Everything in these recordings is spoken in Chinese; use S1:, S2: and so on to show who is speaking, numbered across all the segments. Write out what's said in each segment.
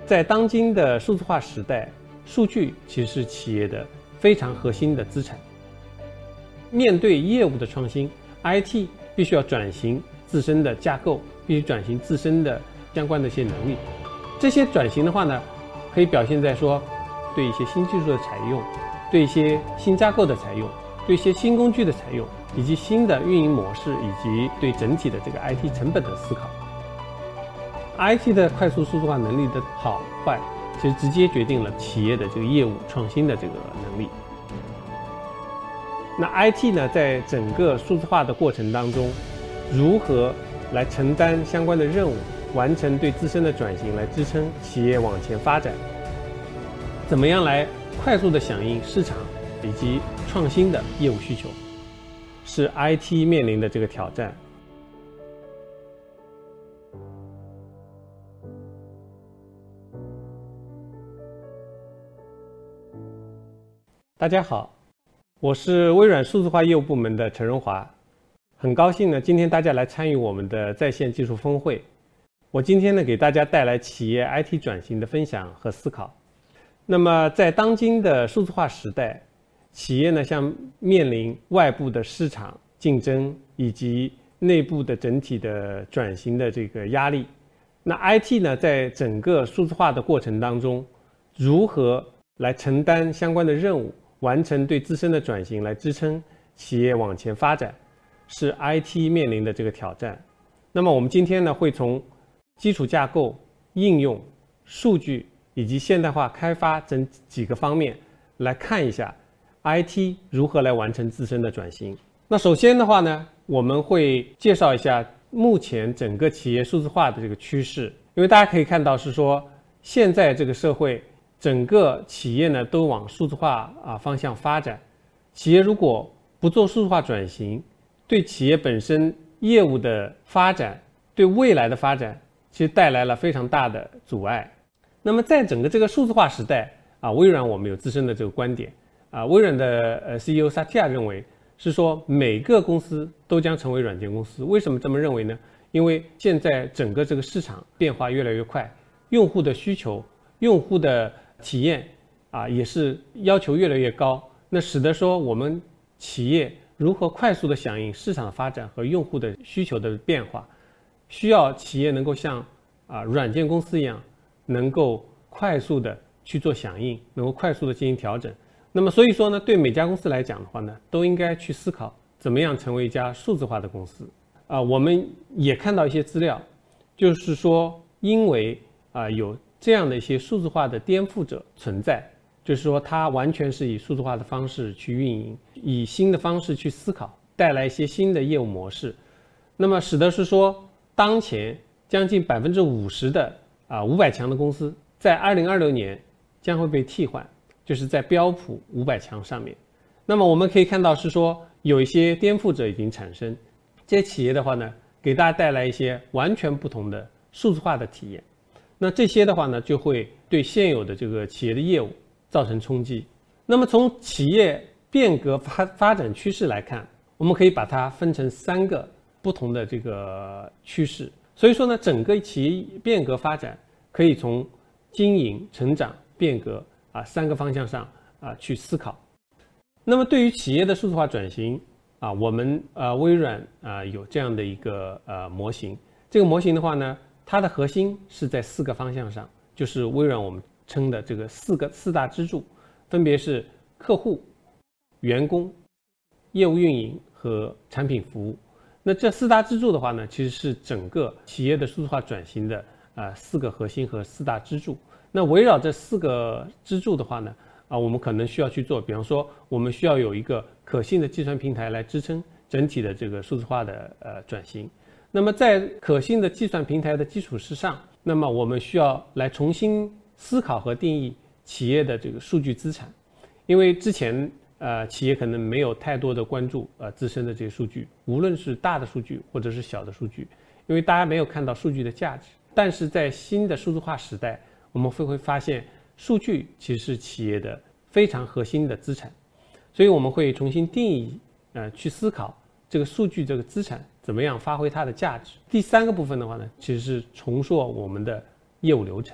S1: 在当今的数字化时代，数据其实是企业的非常核心的资产。面对业务的创新 ，IT 必须要转型自身的架构，必须转型自身的相关的一些能力。这些转型的话呢，可以表现在说，对一些新技术的采用，对一些新架构的采用，对一些新工具的采用，以及新的运营模式，以及对整体的这个 IT 成本的思考。IT 的快速数字化能力的好坏，其实直接决定了企业的这个业务创新的这个能力。那 IT 呢，在整个数字化的过程当中，如何来承担相关的任务，完成对自身的转型，来支撑企业往前发展？怎么样来快速的响应市场以及创新的业务需求，是 IT 面临的这个挑战。大家好，我是微软数字化业务部门的陈荣华，很高兴呢，今天大家来参与我们的在线技术峰会。我今天呢，给大家带来企业 IT 转型的分享和思考。那么在当今的数字化时代，企业呢像面临外部的市场竞争以及内部的整体的转型的这个压力。那 IT 呢在整个数字化的过程当中，如何来承担相关的任务，完成对自身的转型，来支撑企业往前发展，是 IT 面临的这个挑战。那么我们今天呢，会从基础架构、应用、数据以及现代化开发等几个方面来看一下 IT 如何来完成自身的转型。那首先的话呢，我们会介绍一下目前整个企业数字化的这个趋势。因为大家可以看到是说，现在这个社会整个企业呢都往数字化方向发展。企业如果不做数字化转型，对企业本身业务的发展，对未来的发展其实带来了非常大的阻碍。那么在整个这个数字化时代微软我们有自身的这个观点微软的CEO 萨提亚认为是说，每个公司都将成为软件公司。为什么这么认为呢？因为现在整个这个市场变化越来越快，用户的需求、用户的体验也是要求越来越高，那使得说我们企业如何快速的响应市场的发展和用户的需求的变化，需要企业能够像软件公司一样，能够快速的去做响应，能够快速的进行调整。那么所以说呢，对每家公司来讲的话呢，都应该去思考怎么样成为一家数字化的公司。我们也看到一些资料，就是说因为有这样的一些数字化的颠覆者存在，就是说它完全是以数字化的方式去运营，以新的方式去思考，带来一些新的业务模式。那么使得是说，当前将近50%的500强的公司在2026年将会被替换，就是在标普500强上面。那么我们可以看到是说，有一些颠覆者已经产生，这些企业的话呢，给大家带来一些完全不同的数字化的体验。那这些的话呢，就会对现有的这个企业的业务造成冲击。那么从企业变革发展趋势来看，我们可以把它分成3个不同的这个趋势。所以说呢，整个企业变革发展可以从经营、成长、变革3个方向上去思考。那么对于企业的数字化转型我们微软有这样的一个模型。这个模型的话呢，它的核心是在4个方向上，就是微软我们称的这个四大支柱，分别是客户、员工、业务运营和产品服务。那这4大支柱的话呢，其实是整个企业的数字化转型的4个核心和4大支柱。那围绕这4个支柱的话呢，我们可能需要去做，比方说我们需要有一个可信的计算平台来支撑整体的这个数字化的转型。那么在可信的计算平台的基础之上，那么我们需要来重新思考和定义企业的这个数据资产。因为之前企业可能没有太多的关注自身的这些数据，无论是大的数据或者是小的数据，因为大家没有看到数据的价值。但是在新的数字化时代，我们会发现数据其实是企业的非常核心的资产，所以我们会重新定义去思考这个数据这个资产怎么样发挥它的价值。第3个部分的话呢，其实是重塑我们的业务流程。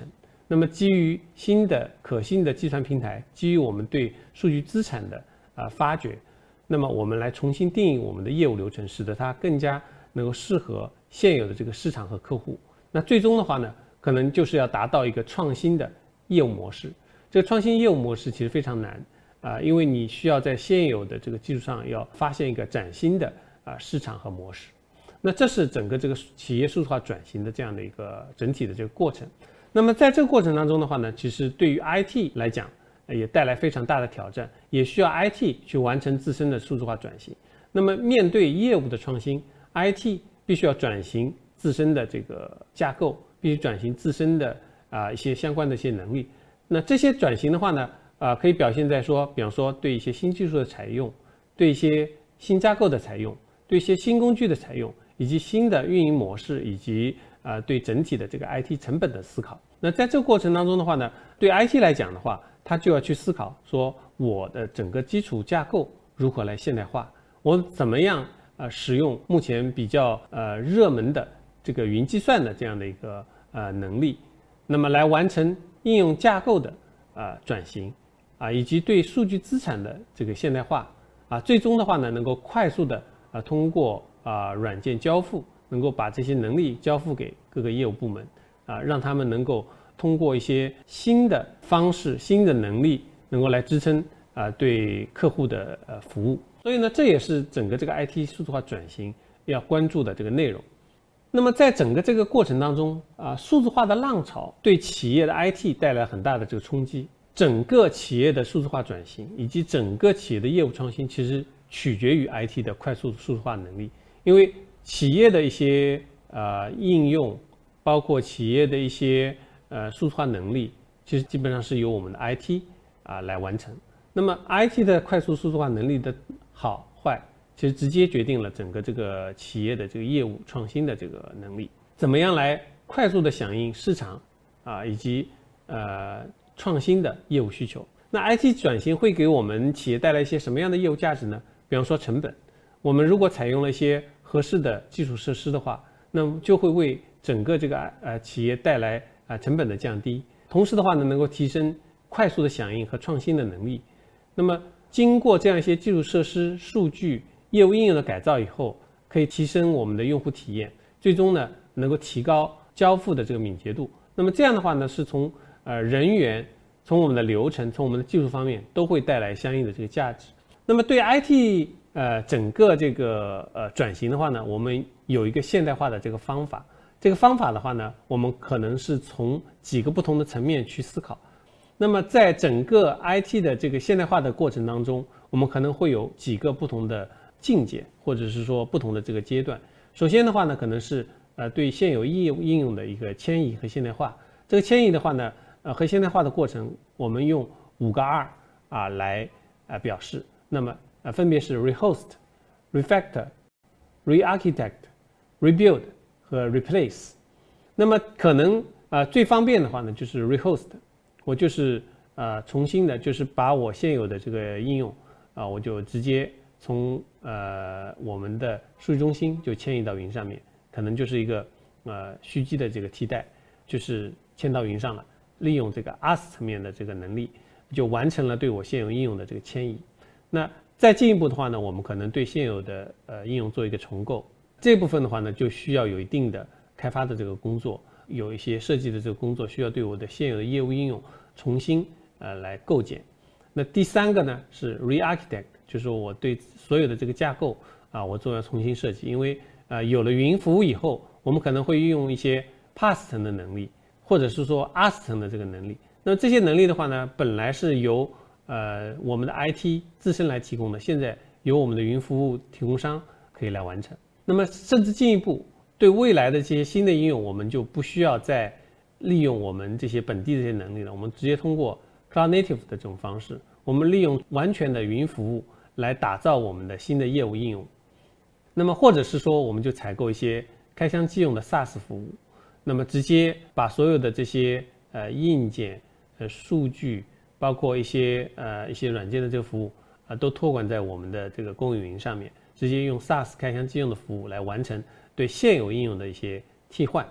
S1: 那么基于新的可信的计算平台，基于我们对数据资产的发掘，那么我们来重新定义我们的业务流程，使得它更加能够适合现有的这个市场和客户。那最终的话呢，可能就是要达到一个创新的业务模式。这个创新业务模式其实非常难因为你需要在现有的这个基础上要发现一个崭新的市场和模式。那这是整个这个企业数字化转型的这样的一个整体的这个过程。那么在这个过程当中的话呢，其实对于 IT 来讲也带来非常大的挑战，也需要 IT 去完成自身的数字化转型。那么面对业务的创新， IT 必须要转型自身的这个架构，必须转型自身的一些相关的一些能力。那这些转型的话呢可以表现在说，比方说对一些新技术的采用，对一些新架构的采用，对一些新工具的采用，以及新的运营模式，以及对整体的这个 IT 成本的思考。那在这个过程当中的话呢，对 IT 来讲的话，它就要去思考说，我的整个基础架构如何来现代化，我怎么样使用目前比较热门的这个云计算的这样的一个能力，那么来完成应用架构的转型以及对数据资产的这个现代化最终的话呢，能够快速的通过软件交付，能够把这些能力交付给各个业务部门让他们能够通过一些新的方式、新的能力，能够来支撑对客户的服务。所以呢，这也是整个这个 IT 数字化转型要关注的这个内容。那么在整个这个过程当中数字化的浪潮对企业的 IT 带来很大的这个冲击。整个企业的数字化转型以及整个企业的业务创新，其实取决于 IT 的快速数字化能力。因为企业的一些应用，包括企业的一些数字化能力，其实基本上是由我们的 IT 来完成。那么 IT 的快速数字化能力的好坏，其实直接决定了整个这个企业的这个业务创新的这个能力。怎么样来快速的响应市场以及创新的业务需求？那 IT 转型会给我们企业带来一些什么样的业务价值呢？比方说成本，我们如果采用了一些合适的基础设施的话，那么就会为整个这个企业带来成本的降低，同时的话呢，能够提升快速的响应和创新的能力。那么经过这样一些基础设施、数据、业务应用的改造以后，可以提升我们的用户体验，最终呢能够提高交付的这个敏捷度。那么这样的话呢，是从人员、从我们的流程、从我们的技术方面都会带来相应的这个价值。那么对 IT 整个这个转型的话呢，我们有一个现代化的这个方法。这个方法的话呢，我们可能是从几个不同的层面去思考。那么在整个 IT 的这个现代化的过程当中，我们可能会有几个不同的境界，或者是说不同的这个阶段。首先的话呢，可能是对现有业务应用的一个迁移和现代化。这个迁移的话呢，和现代化的过程，我们用5个 R 来表示。那么分别是 rehost、refactor、rearchitect、rebuild 和 replace。那么可能最方便的话呢，就是 rehost， 我就是重新的，就是把我现有的这个应用我就直接从我们的数据中心就迁移到云上面，可能就是一个虚机的这个替代，就是迁到云上了，利用这个 IaaS 层面的这个能力，就完成了对我现有应用的这个迁移。那再进一步的话呢，我们可能对现有的应用做一个重构，这部分的话呢，就需要有一定的开发的这个工作，有一些设计的这个工作，需要对我的现有的业务应用重新来构建。那第三个呢是 rearchitect， 就是我对所有的这个架构我做要重新设计。因为有了云服务以后，我们可能会运用一些 PaaS 层的能力，或者是说 IaaS 层的这个能力。那么这些能力的话呢，本来是由我们的 IT 自身来提供的，现在由我们的云服务提供商可以来完成。那么甚至进一步，对未来的这些新的应用，我们就不需要再利用我们这些本地的这些能力了，我们直接通过 Cloud Native 的这种方式，我们利用完全的云服务来打造我们的新的业务应用。那么或者是说，我们就采购一些开箱即用的 SaaS 服务，那么直接把所有的这些硬件、数据，包括一些软件的这个服务都托管在我们的这个公有云上面，直接用 SaaS 开箱即用的服务来完成对现有应用的一些替换。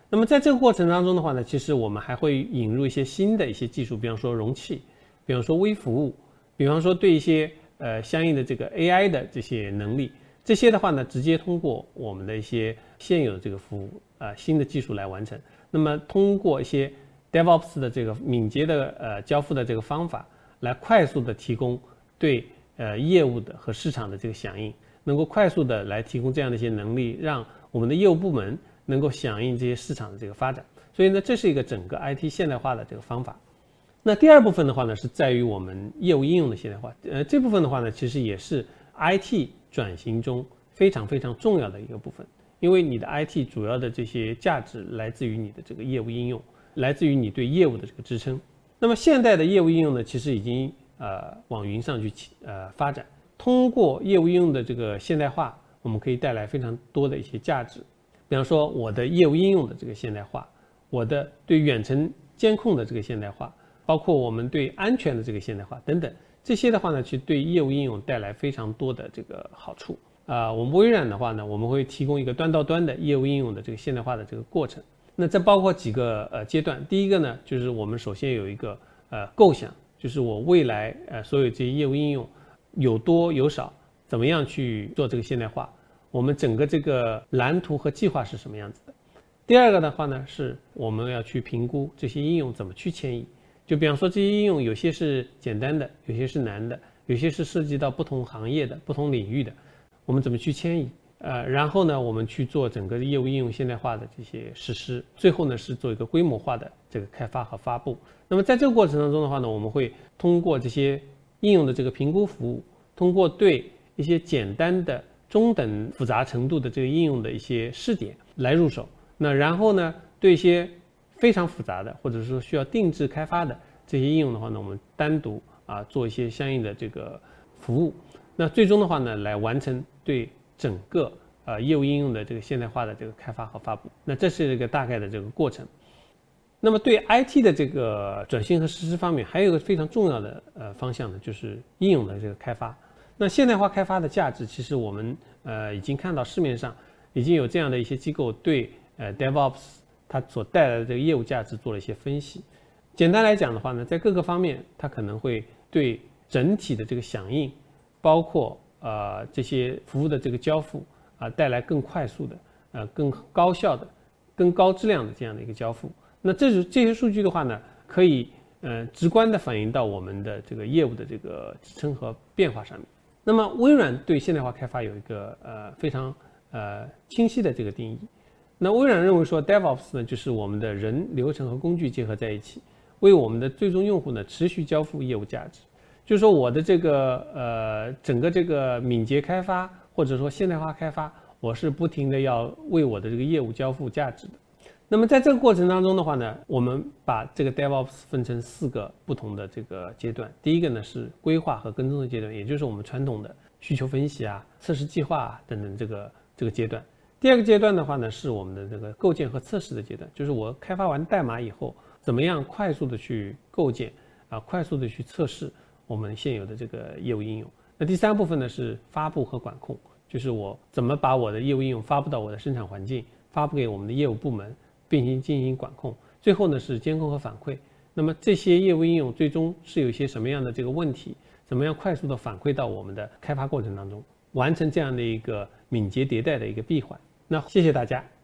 S1: 那么在这个过程当中的话呢，其实我们还会引入一些新的一些技术，比方说容器，比方说微服务，比方说对一些相应的这个 AI 的这些能力，这些的话呢，直接通过我们的一些现有的这个服务新的技术来完成。那么通过一些 DevOps 的这个敏捷的交付的这个方法，来快速的提供对业务的和市场的这个响应，能够快速的来提供这样的一些能力，让我们的业务部门能够响应这些市场的这个发展。所以呢，这是一个整个 IT 现代化的这个方法。那第二部分的话呢，是在于我们业务应用的现代化。这部分的话呢，其实也是 IT 转型中非常非常重要的一个部分，因为你的 IT 主要的这些价值来自于你的这个业务应用，来自于你对业务的这个支撑。那么现代的业务应用呢，其实已经往云上去发展。通过业务应用的这个现代化，我们可以带来非常多的一些价值。比方说我的业务应用的这个现代化，我的对远程监控的这个现代化，包括我们对安全的这个现代化等等，这些的话呢，去对业务应用带来非常多的这个好处。我们微软的话呢，我们会提供一个端到端的业务应用的这个现代化的这个过程。那这包括几个阶段。第一个呢，就是我们首先有一个构想，就是我未来所有这些业务应用有多有少，怎么样去做这个现代化，我们整个这个蓝图和计划是什么样子的。第二个的话呢，是我们要去评估这些应用怎么去迁移。就比方说这些应用有些是简单的，有些是难的，有些是涉及到不同行业的不同领域的，我们怎么去迁移。然后呢，我们去做整个业务应用现代化的这些实施，最后呢是做一个规模化的这个开发和发布。那么在这个过程当中的话呢，我们会通过这些应用的这个评估服务，通过对一些简单的、中等复杂程度的这个应用的一些试点来入手。那然后呢，对一些非常复杂的或者说需要定制开发的这些应用的话呢，我们单独做一些相应的这个服务。那最终的话呢，来完成对整个业务应用的这个现代化的这个开发和发布。那这是一个大概的这个过程。那么对 IT 的这个转型和实施方面，还有一个非常重要的方向呢，就是应用的这个开发。那现代化开发的价值，其实我们已经看到市面上已经有这样的一些机构对DevOps 它所带来的这个业务价值做了一些分析。简单来讲的话呢，在各个方面，它可能会对整体的这个响应，包括这些服务的这个交付带来更快速的、更高效的、更高质量的这样的一个交付。那这些数据的话呢，可以直观的反映到我们的这个业务的这个支撑和变化上面。那么微软对现代化开发有一个非常清晰的这个定义。那微软认为说 DevOps 呢，就是我们的人、流程和工具结合在一起，为我们的最终用户呢持续交付业务价值。就是说我的这个整个这个敏捷开发或者说现代化开发，我是不停的要为我的这个业务交付价值的。那么在这个过程当中的话呢，我们把这个 DevOps 分成4个不同的这个阶段。第一个呢是规划和跟踪的阶段，也就是我们传统的需求分析测试计划等等这个阶段。第二个阶段的话呢，是我们的这个构建和测试的阶段，就是我开发完代码以后，怎么样快速的去构建快速的去测试我们现有的这个业务应用。那第3部分呢是发布和管控，就是我怎么把我的业务应用发布到我的生产环境，发布给我们的业务部门，并进行管控。最后呢是监控和反馈。那么这些业务应用最终是有一些什么样的这个问题，怎么样快速的反馈到我们的开发过程当中，完成这样的一个敏捷迭代的一个闭环。那谢谢大家。